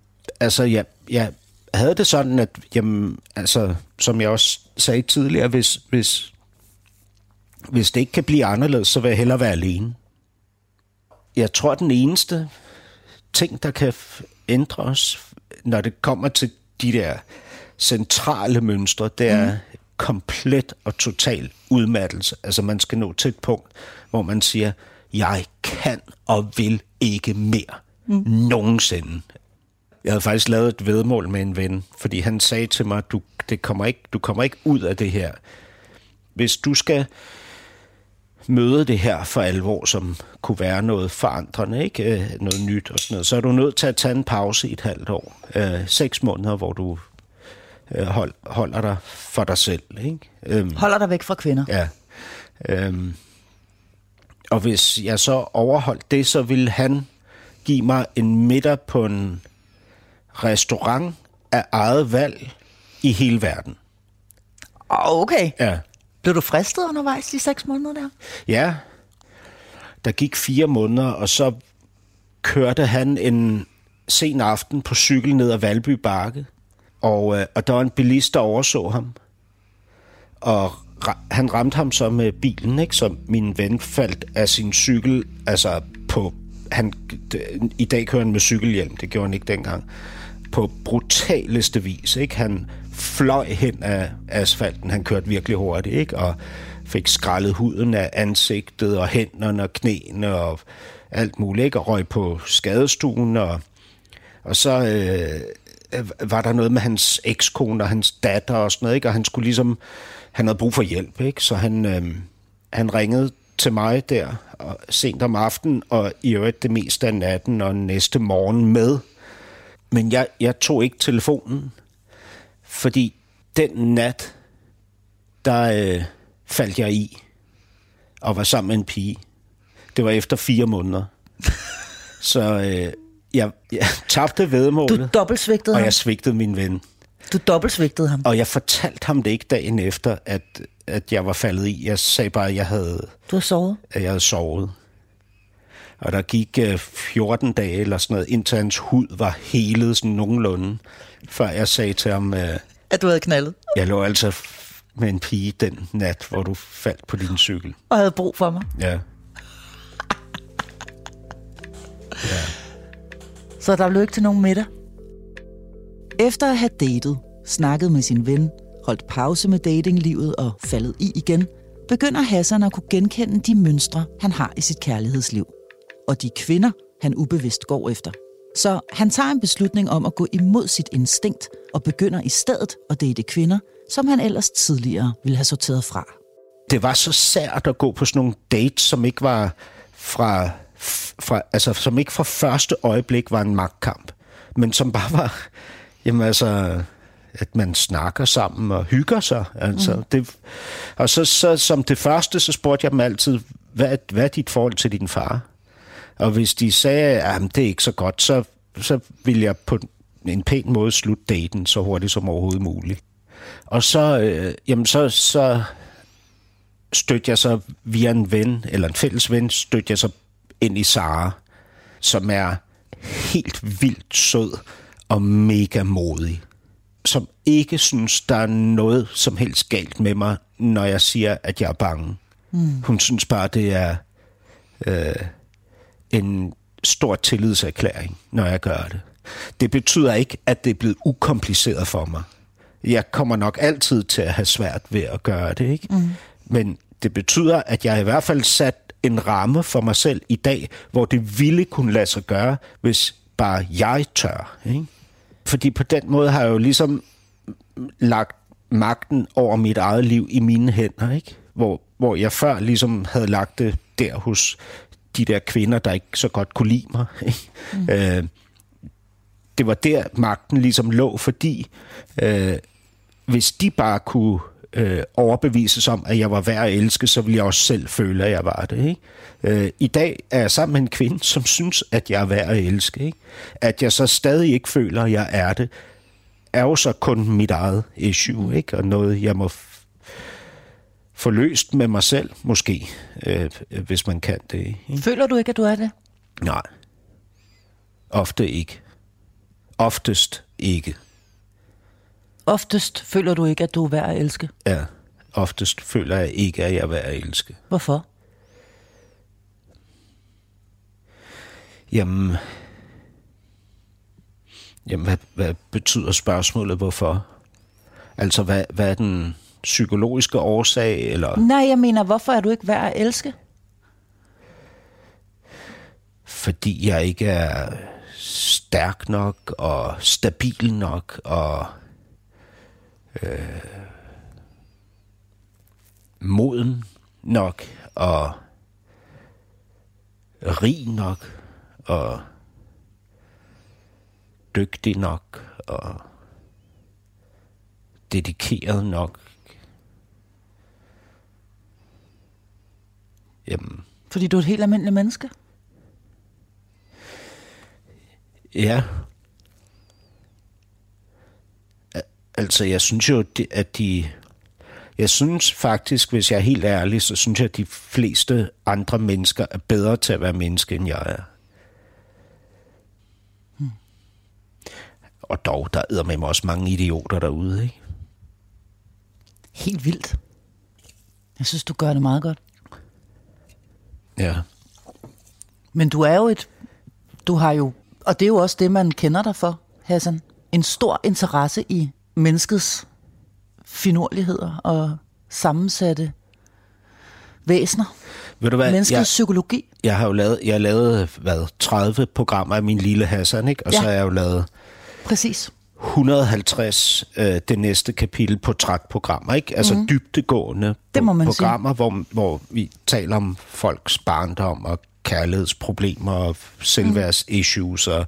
havde det sådan, at jamen, altså, som jeg også sagde tidligere, hvis det ikke kan blive anderledes, så vil jeg hellere være alene. Jeg tror, at den eneste ting, der kan ændre os, når det kommer til de der centrale mønstre, det er komplet og total udmattelse. Altså man skal nå til et punkt, hvor man siger, jeg kan og vil ikke mere. Nogensinde. Jeg havde faktisk lavet et væddemål med en ven, fordi han sagde til mig, du kommer ikke ud af det her. Hvis du skal møde det her for alvor, som kunne være noget forandrende, ikke? Noget nyt og sådan noget, så er du nødt til at tage en pause i 1,5 år. 6 måneder, hvor du holder dig for dig selv. Ikke? Holder dig væk fra kvinder. Ja. Og hvis jeg så overholdt det, så ville han give mig en middag på en restaurant af eget valg i hele verden. Okay. Ja. Blev du fristet undervejs de 6 måneder der? Ja. Der gik 4 måneder, og så kørte han en sen aften på cykel ned ad Valby Bakke. Og der var en bilist, der overså ham. Og han ramte ham så med bilen, ikke? Så min ven faldt af sin cykel, altså på... I dag kører han med cykelhjelm, det gjorde han ikke dengang. På brutaleste vis, ikke? Han fløj hen af asfalten, han kørte virkelig hurtigt, ikke? Og fik skrællet huden af ansigtet og hænderne og knæene og alt muligt, ikke? Og røg på skadestuen, og så var der noget med hans ekskone og hans datter og sådan noget, ikke? Og han skulle ligesom, han havde brug for hjælp, ikke? Så han ringede til mig der sent om aftenen, og i øvrigt det meste af natten og næste morgen med. Men jeg tog ikke telefonen, fordi den nat der faldt jeg i og var sammen med en pige. Det var efter 4 måneder. Så jeg tabte væddemålet. Du dobbeltsvigtede ham? Og jeg svigtede min ven. Du dobbeltsvigtede ham? Og jeg fortalte ham det ikke dagen efter, at jeg var faldet i. Jeg sagde bare, at jeg havde... Du havde sovet? At jeg havde sovet. Og der gik 14 dage eller sådan noget, indtil hans hud var helet sådan nogenlunde, før jeg sagde til ham... at du havde knaldet? Jeg lå altså med en pige den nat, hvor du faldt på din cykel. Og havde brug for mig? Ja. Ja. Så der blev ikke til nogen middag? Efter at have datet, snakket med sin ven, holdt pause med datinglivet og faldet i igen, begynder Hassan at kunne genkende de mønstre, han har i sit kærlighedsliv. Og de kvinder, han ubevidst går efter. Så han tager en beslutning om at gå imod sit instinkt og begynder i stedet at date kvinder, som han ellers tidligere ville have sorteret fra. Det var så sært at gå på sådan nogle dates, som ikke var som ikke fra første øjeblik var en magtkamp, men som bare var, jamen altså, at man snakker sammen og hygger sig. Altså, og så som det første, så spurgte jeg dem altid, hvad er dit forhold til din far? Og hvis de sagde, at det er ikke så godt, så ville jeg på en pæn måde slutte daten så hurtigt som overhovedet muligt. Og så stødte jeg så via en ven, eller en fælles ven, stødte jeg så ind i Sara, som er helt vildt sød og mega modig. Som ikke synes, der er noget som helst galt med mig, når jeg siger, at jeg er bange. Hun synes bare, det er en stor tillidserklæring, når jeg gør det. Det betyder ikke, at det er blevet ukompliceret for mig. Jeg kommer nok altid til at have svært ved at gøre det, ikke? Men det betyder, at jeg i hvert fald sat en ramme for mig selv i dag, hvor det ville kunne lade sig gøre, hvis bare jeg tør, ikke? Fordi på den måde har jeg jo ligesom lagt magten over mit eget liv i mine hænder, ikke? Hvor jeg før ligesom havde lagt det der hos de der kvinder, der ikke så godt kunne lide mig, ikke? Det var der magten ligesom lå, fordi hvis de bare kunne overbevises om, at jeg var værd at elske, så ville jeg også selv føle, at jeg var det, ikke? I dag er jeg sammen med en kvinde, som synes, at jeg er værd at elske, ikke? At jeg så stadig ikke føler, at jeg er det, er jo så kun mit eget issue, ikke? Og noget, jeg må få løst med mig selv, måske, hvis man kan det, ikke? Føler du ikke, at du er det? Nej. Ofte ikke. Oftest ikke. Oftest føler du ikke, at du er værd at elske? Ja, oftest føler jeg ikke, at jeg er værd at elske. Hvorfor? Jamen hvad betyder spørgsmålet, hvorfor? Altså, hvad er den psykologiske årsag, eller? Nej, jeg mener, hvorfor er du ikke værd at elske? Fordi jeg ikke er stærk nok, og stabil nok, og moden nok, og rig nok, og dygtig nok, og dedikeret nok. Jamen. Fordi du er et helt almindeligt menneske? Ja. Altså, jeg synes jo, jeg synes faktisk, hvis jeg er helt ærlig, så synes jeg, at de fleste andre mennesker er bedre til at være menneske, end jeg er. Og dog, der er med mig også mange idioter derude, ikke? Helt vildt. Jeg synes, du gør det meget godt. Ja. Men du er jo du har jo, og det er jo også det, man kender dig for, Hassan, en stor interesse i menneskets finurligheder og sammensatte væsener. Ved du hvad? Menneskets psykologi. Jeg har lavet 30 programmer af min lille Hassan, ikke? Og så har jeg jo lavet præcis 150 det næste kapitel portrætprogrammer, ikke? Altså dybdegående programmer, hvor vi taler om folks barndom og kærlighedsproblemer og selvværdsissues og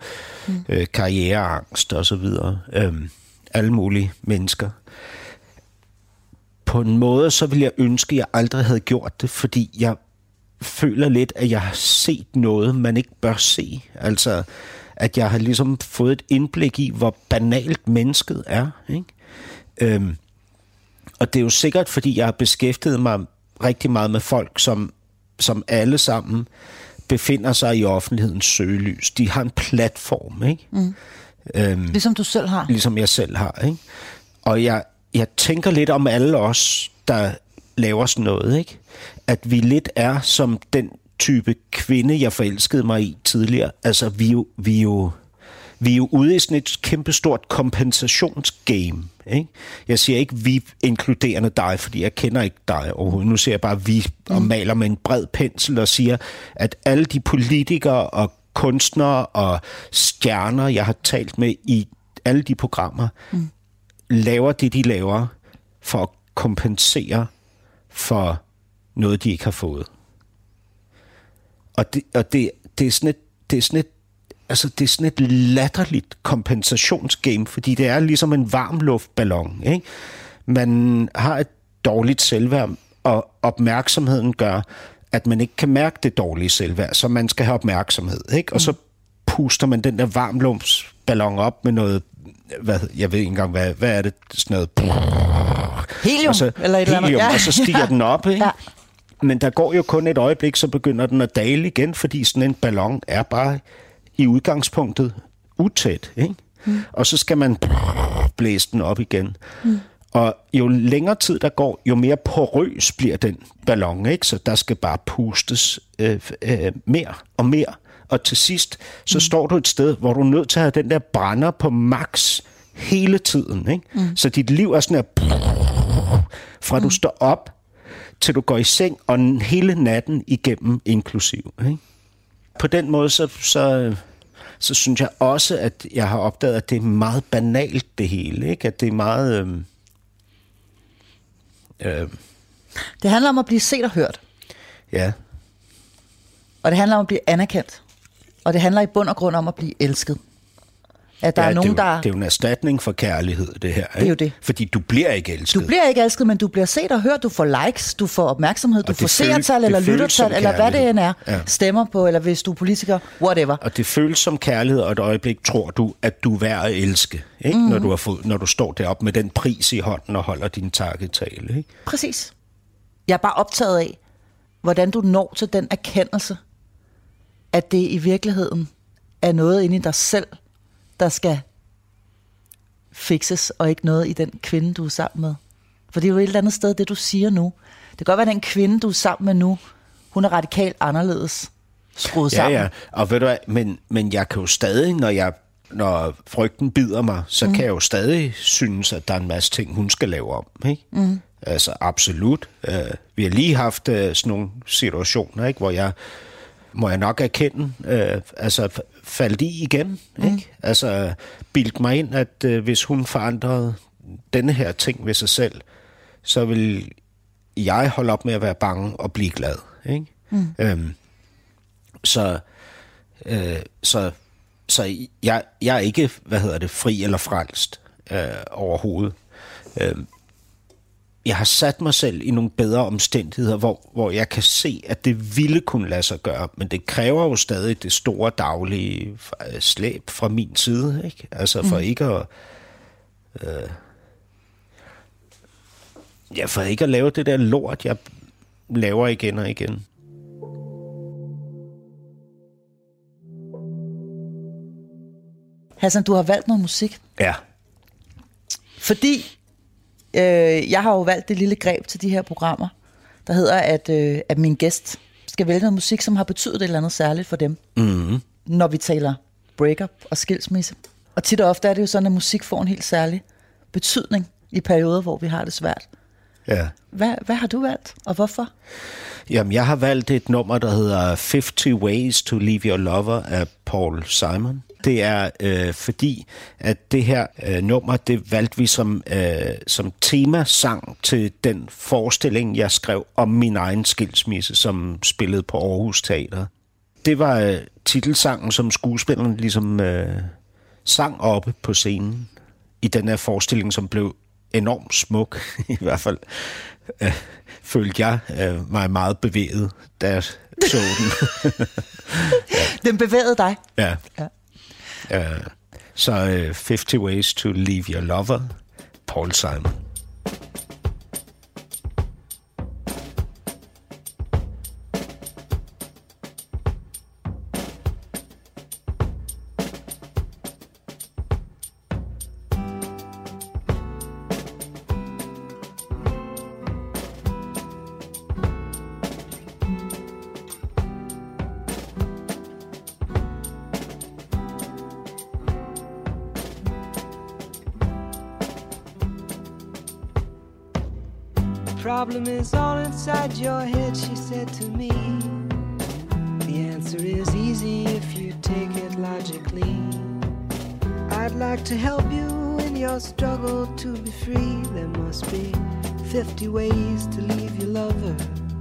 karriereangst og så videre. Alle mulige mennesker. på en måde, så ville jeg ønske, at jeg aldrig havde gjort det, fordi jeg føler lidt, at jeg har set noget, man ikke bør se. Altså, at jeg har ligesom fået et indblik i, hvor banalt mennesket er, ikke? Og det er jo sikkert, fordi jeg har beskæftiget mig rigtig meget med folk, som alle sammen befinder sig i offentlighedens søgelys. De har en platform, ikke? Ligesom du selv har. Ligesom jeg selv har, ikke? Og jeg tænker lidt om alle os, der laver sådan noget, ikke? At vi lidt er som den type kvinde, jeg forelskede mig i tidligere. Altså, vi er jo ude i sådan et kæmpestort kompensationsgame, ikke? Jeg siger ikke, vi inkluderende dig, fordi jeg kender ikke dig overhovedet. Nu siger jeg bare, vi og maler med en bred pensel og siger, at alle de politikere og kunstnere og stjerner, jeg har talt med i alle de programmer, laver det, de laver, for at kompensere for noget, de ikke har fået. Og det er sådan et latterligt kompensationsgame, fordi det er ligesom en varmluftballon, ikke? Man har et dårligt selvværd, og opmærksomheden gør, at man ikke kan mærke det dårlige selvværd, så man skal have opmærksomhed, ikke? Og så puster man den der varmluftsballon op med noget, jeg ved ikke engang, hvad er det? Sådan noget... Helium, og så, eller et eller andet. Ja. Og så stiger den op, ikke? Ja. Men der går jo kun et øjeblik, så begynder den at dale igen, fordi sådan en ballon er bare i udgangspunktet utæt, ikke? Og så skal man blæse den op igen. Og jo længere tid der går, jo mere porøs bliver den ballon, ikke? Så der skal bare pustes mere og mere. Og til sidst, så står du et sted, hvor du er nødt til at have den der brænder på max hele tiden, ikke? Så dit liv er sådan her, fra du står op, til du går i seng, og hele natten igennem inklusiv, ikke? På den måde, så synes jeg også, at jeg har opdaget, at det er meget banalt, det hele, ikke? At det er meget... Det handler om at blive set og hørt. Ja. Og det handler om at blive anerkendt. Og det handler i bund og grund om at blive elsket. At der er nogen, der... Det er jo en erstatning for kærlighed, det her. Ikke? Det er jo det. Fordi du bliver ikke elsket. Du bliver ikke elsket, men du bliver set og hørt. Du får likes, du får opmærksomhed, du får seertal eller lyttertal, eller hvad det end er. Ja. Stemmer på, eller hvis du er politiker, whatever. Og det føles som kærlighed, og et øjeblik tror du, at du er værd at elske. Ikke? Når du står deroppe med den pris i hånden og holder din takketale. Ikke? Præcis. Jeg er bare optaget af, hvordan du når til den erkendelse, at det i virkeligheden er noget inde i dig selv, der skal fikses, og ikke noget i den kvinde, du er sammen med. For det er jo et eller andet sted, det du siger nu. Det kan godt være, den kvinde, du er sammen med nu, hun er radikalt anderledes skruet sammen. Ja, og ved du hvad, men jeg kan jo stadig, når frygten bider mig, så kan jeg jo stadig synes, at der er en masse ting, hun skal lave om. Ikke? Altså absolut. Vi har lige haft sådan nogle situationer, ikke, hvor jeg må jeg nok erkende, faldt i igen. Ikke? Altså, bildte mig ind, at hvis hun forandrede denne her ting ved sig selv, så vil jeg holde op med at være bange og blive glad. Ikke? Så jeg er ikke, fri eller frelst overhovedet. Jeg har sat mig selv i nogle bedre omstændigheder, hvor jeg kan se, at det ville kunne lade sig gøre, men det kræver jo stadig det store daglige slæb fra min side, ikke? Altså for ikke at... for ikke at lave det der lort, jeg laver igen og igen. Hassan, du har valgt noget musik. Ja. Fordi jeg har jo valgt det lille greb til de her programmer, der hedder, at min gæst skal vælge noget musik, som har betydet et eller andet særligt for dem, når vi taler breakup og skilsmisse. Og tit og ofte er det jo sådan, at musik får en helt særlig betydning i perioder, hvor vi har det svært. Ja. Hvad har du valgt, og hvorfor? Jamen, jeg har valgt et nummer, der hedder 50 Ways to Leave Your Lover af Paul Simon. Det er fordi, at det her nummer, det valgte vi som temasang til den forestilling, jeg skrev om min egen skilsmisse, som spillede på Aarhus Teater. Det var titelsangen, som skuespilleren ligesom sang oppe på scenen i den her forestilling, som blev enormt smuk, i hvert fald følte jeg mig meget bevæget, da jeg så den. Den bevægede dig? Ja. Så 50 Ways to Leave Your Lover, Paul Simon. Problem is all inside your head, she said to me. The answer is easy if you take it logically. I'd like to help you in your struggle to be free. There must be 50 ways to leave your lover.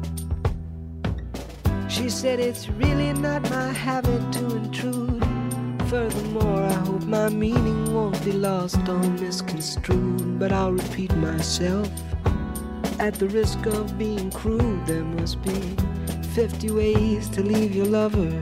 She said it's really not my habit to intrude. Furthermore, I hope my meaning won't be lost or misconstrued. But I'll repeat myself. At the risk of being crude, there must be 50 ways to leave your lover.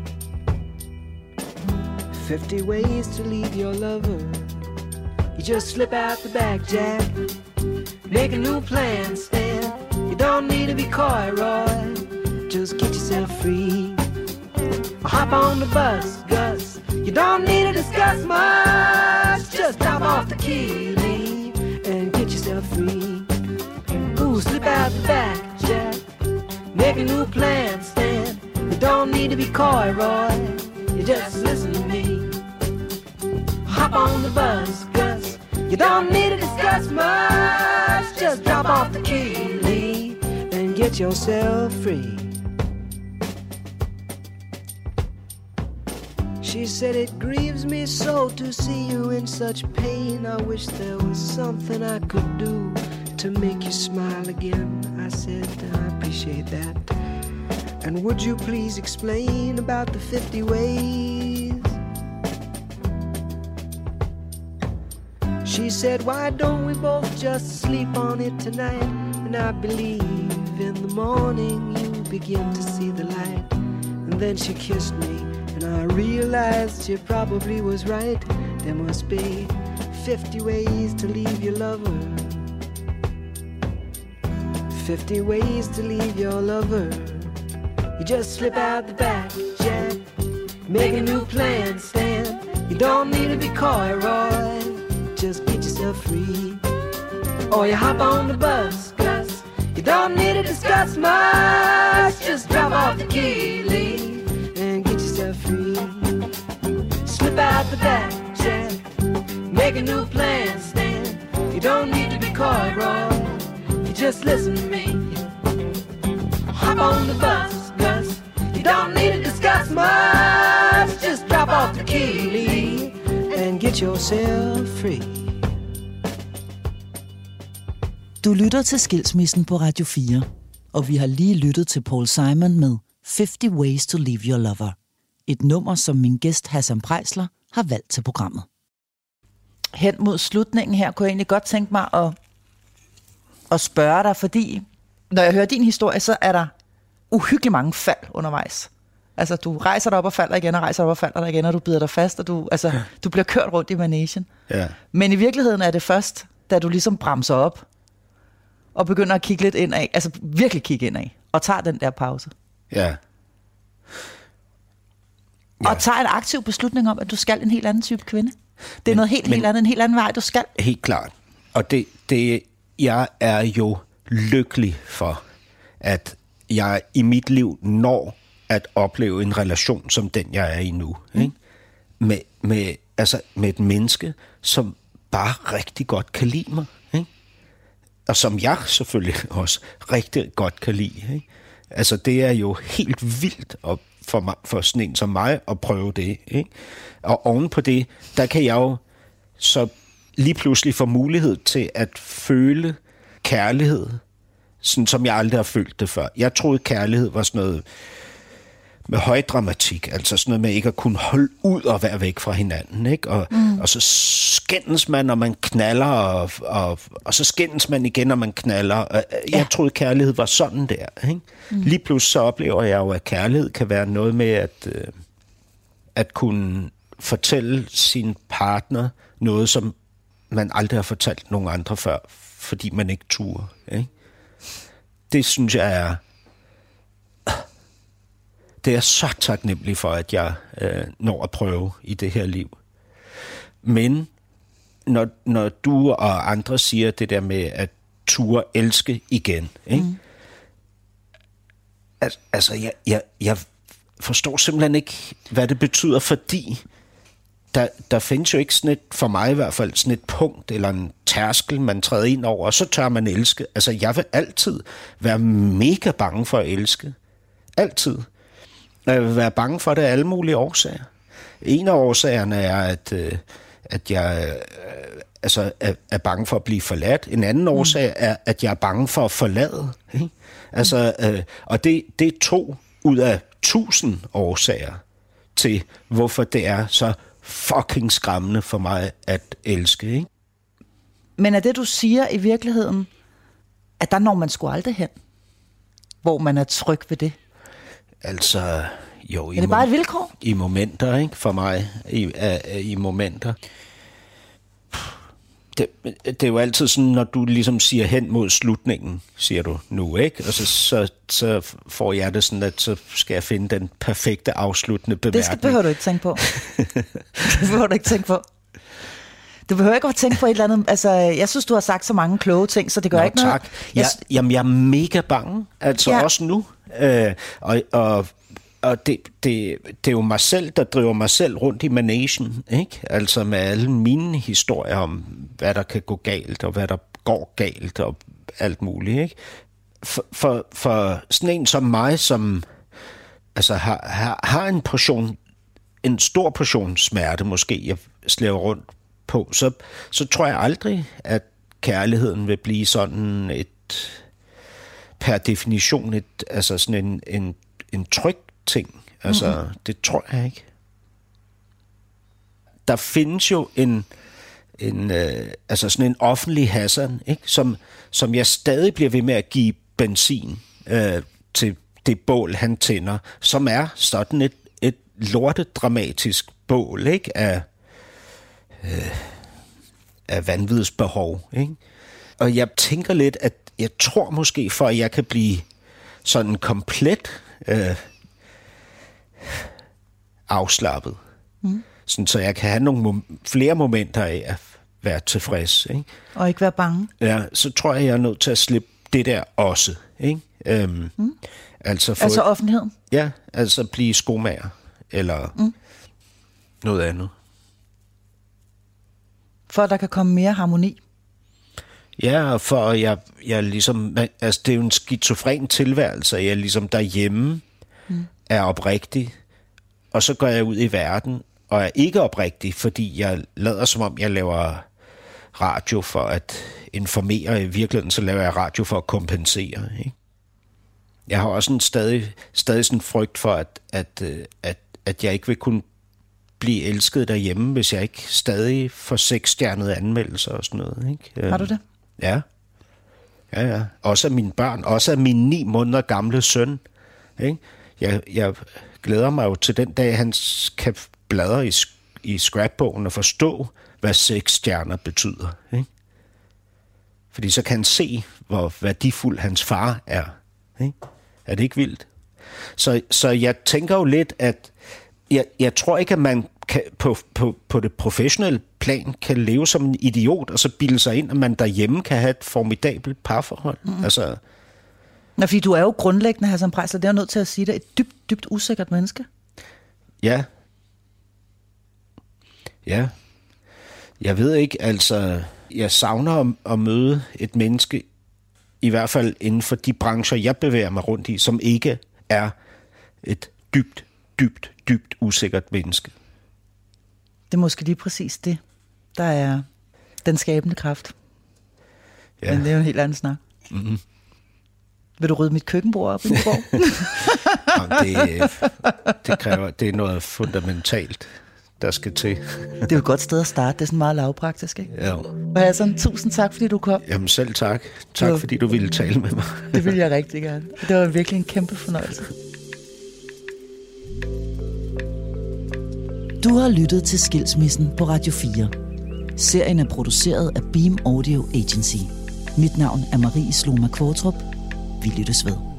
50 ways to leave your lover. You just slip out the back, Jack. Make a new plan, Stan. You don't need to be coy, Roy. Just get yourself free. Hop on the bus, Gus. You don't need to discuss much. Just drop off the key, leave, and get yourself free. Slip out the back, Jack. Make a new plan, Stan. You don't need to be coy, Roy. You just listen to me. Hop on the bus, Gus. You don't need to discuss much. Just drop off the key, Lee, and get yourself free. She said it grieves me so to see you in such pain. I wish there was something I could do to make you smile again. I said, I appreciate that. And would you please explain about the 50 ways? She said, why don't we both just sleep on it tonight? And I believe in the morning you begin to see the light. And then she kissed me, and I realized she probably was right. There must be 50 ways to leave your lover. 50 ways to leave your lover. You just slip out the back, Jack. Make a new plan, Stan. You don't need to be coy, Roy. Just get yourself free. Or you hop on the bus, Gus. You don't need to discuss much. Just drop off the key, Lee, and get yourself free. Slip out the back, Jack. Make a new plan, Stan. You don't need to be coy, Roy. Just listen to me. Hop on the bus, Gus. You don't need to discuss much. Just drop off the key, Lee, and get yourself free. Du lytter til Skilsmissen på Radio 4, og vi har lige lyttet til Paul Simon med 50 Ways to Leave Your Lover. Et nummer, som min gæst Hassan Preisler har valgt til programmet. Hen mod slutningen her kunne jeg egentlig godt tænke mig at spørge dig, fordi når jeg hører din historie, så er der uhyggeligt mange fald undervejs. Altså, du rejser dig op og falder igen, og rejser dig op og falder dig igen, og du bider dig fast, og du bliver kørt rundt i managen. Ja. Men i virkeligheden er det først, da du ligesom bremser op, og begynder at kigge lidt indad, altså virkelig kigge indad, og tager den der pause. Ja. Og tager en aktiv beslutning om, at du skal en helt anden type kvinde. Det er noget helt andet, en helt anden vej, du skal. Helt klart. Og det jeg er jo lykkelig for, at jeg i mit liv når at opleve en relation som den, jeg er i nu. Ikke? Med et menneske, som bare rigtig godt kan lide mig. Ikke? Og som jeg selvfølgelig også rigtig godt kan lide. Ikke? Altså, det er jo helt vildt for sådan en som mig at prøve det. Ikke? Og oven på det, der kan jeg jo så lige pludselig få mulighed til at føle kærlighed, sådan som jeg aldrig har følt det før. Jeg troede, kærlighed var sådan noget med højdramatik, altså sådan noget med ikke at kunne holde ud og være væk fra hinanden, ikke? Og så skændes man, når man knaller, og så skændes man igen, når man knaller. Jeg troede, kærlighed var sådan der, ikke? Lige pludselig så oplever jeg jo, at kærlighed kan være noget med at kunne fortælle sin partner noget, som man aldrig har fortalt nogen andre før, fordi man ikke turde, ikke? Det synes jeg er... Det er så taknemmelig for, at jeg når at prøve i det her liv. Men når du og andre siger det der med at ture elske igen, ikke? Altså, jeg forstår simpelthen ikke, hvad det betyder, fordi der findes jo ikke sådan et, for mig i hvert fald, sådan et punkt eller en tærskel, man træder ind over, og så tør man elske. Altså, jeg vil altid være mega bange for at elske. Altid. Jeg vil være bange for det af alle mulige årsager. En af årsagerne er, at jeg er bange for at blive forladt. En anden årsag er, at jeg er bange for at forlade. Ikke? Altså, og det er 2 ud af 1000 årsager til, hvorfor det er så fucking skræmmende for mig at elske. Ikke? Men er det, du siger i virkeligheden, at der når man sgu aldrig hen, hvor man er tryg ved det? Altså, jo. Er det bare et vilkår? I momenter, ikke? For mig. I momenter. Det er jo altid sådan, når du ligesom siger hen mod slutningen, siger du nu, ikke? Og så får jeg det sådan, at så skal jeg finde den perfekte afsluttende bemærkning. Det behøver du ikke tænke på. Det behøver du ikke tænke på. Du behøver ikke at tænke på et eller andet. Altså, jeg synes, du har sagt så mange kloge ting, så det gør ikke tak. noget. Jamen, jeg er mega bange. Altså, også nu. Og det er jo mig selv, der driver mig selv rundt i managen, ikke? Altså med alle mine historier om, hvad der kan gå galt, og hvad der går galt, og alt muligt, ikke? For sådan en som mig, som altså har en stor portion smerte, måske jeg slæver rundt på, så tror jeg aldrig, at kærligheden vil blive sådan per definition altså sådan en tryg ting. Altså, det tror jeg ikke. Der findes jo altså sådan en offentlig Hassan, ikke? Som jeg stadig bliver ved med at give benzin til det bål, han tænder, som er sådan et lortedramatisk bål, ikke? Af vanvidsbehov, ikke? Og jeg tænker lidt, at jeg tror måske, for at jeg kan blive sådan komplet afslappet, sådan, så jeg kan have nogle flere momenter af at være tilfreds, ikke? Og ikke være bange. Ja, så tror jeg er nødt til at slippe det der også, ikke? Altså offentligheden? Ja, altså blive skomager, eller noget andet. For at der kan komme mere harmoni? Ja, for jeg ligesom, altså det er jo en skizofren tilværelse, at jeg ligesom derhjemme er oprigtig, og så går jeg ud i verden, og er ikke oprigtig, fordi jeg lader som om, jeg laver radio for at informere. I virkeligheden, så laver jeg radio for at kompensere, ikke? Jeg har også en stadig sådan en frygt for, at jeg ikke vil kunne blive elsket derhjemme, hvis jeg ikke stadig får 6-stjernede anmeldelser og sådan noget, ikke? Har du det? Ja. Ja. Også af mine børn, også af min 9 måneder gamle søn, ikke? Jeg glæder mig jo til den dag, han kan bladre i scrapbogen og forstå, hvad 6 stjerner betyder, ikke? Fordi så kan han se, hvor værdifuld hans far er, ikke? Er det ikke vildt? Så jeg tænker jo lidt, at jeg tror ikke, at man kan, på det professionelle plan kan leve som en idiot, og så bilde sig ind, at man derhjemme kan have et formidabelt parforhold. Altså... Nå, fordi du er jo grundlæggende, Hassan Preisler, det er jo nødt til at sige det, et dybt, dybt usikkert menneske. Ja. Ja. Jeg ved ikke, altså... Jeg savner at møde et menneske, i hvert fald inden for de brancher, jeg bevæger mig rundt i, som ikke er et dybt, dybt, dybt usikkert menneske. Det er måske lige præcis det, der er den skabende kraft. Ja. Men det er jo en helt anden snak. Vil du rydde mit køkkenbord op i går? Det er noget fundamentalt, der skal til. Det er jo et godt sted at starte. Det er sådan meget lavpraktisk, ikke? Ja. Og Hassan, tusind tak, fordi du kom. Jamen selv tak. Tak, fordi du ville tale med mig. Det ville jeg rigtig gerne. Det var virkelig en kæmpe fornøjelse. Du har lyttet til Skilsmissen på Radio 4. Serien er produceret af Beam Audio Agency. Mit navn er Marie Sloma Kvartrup. Vi lyttes ved.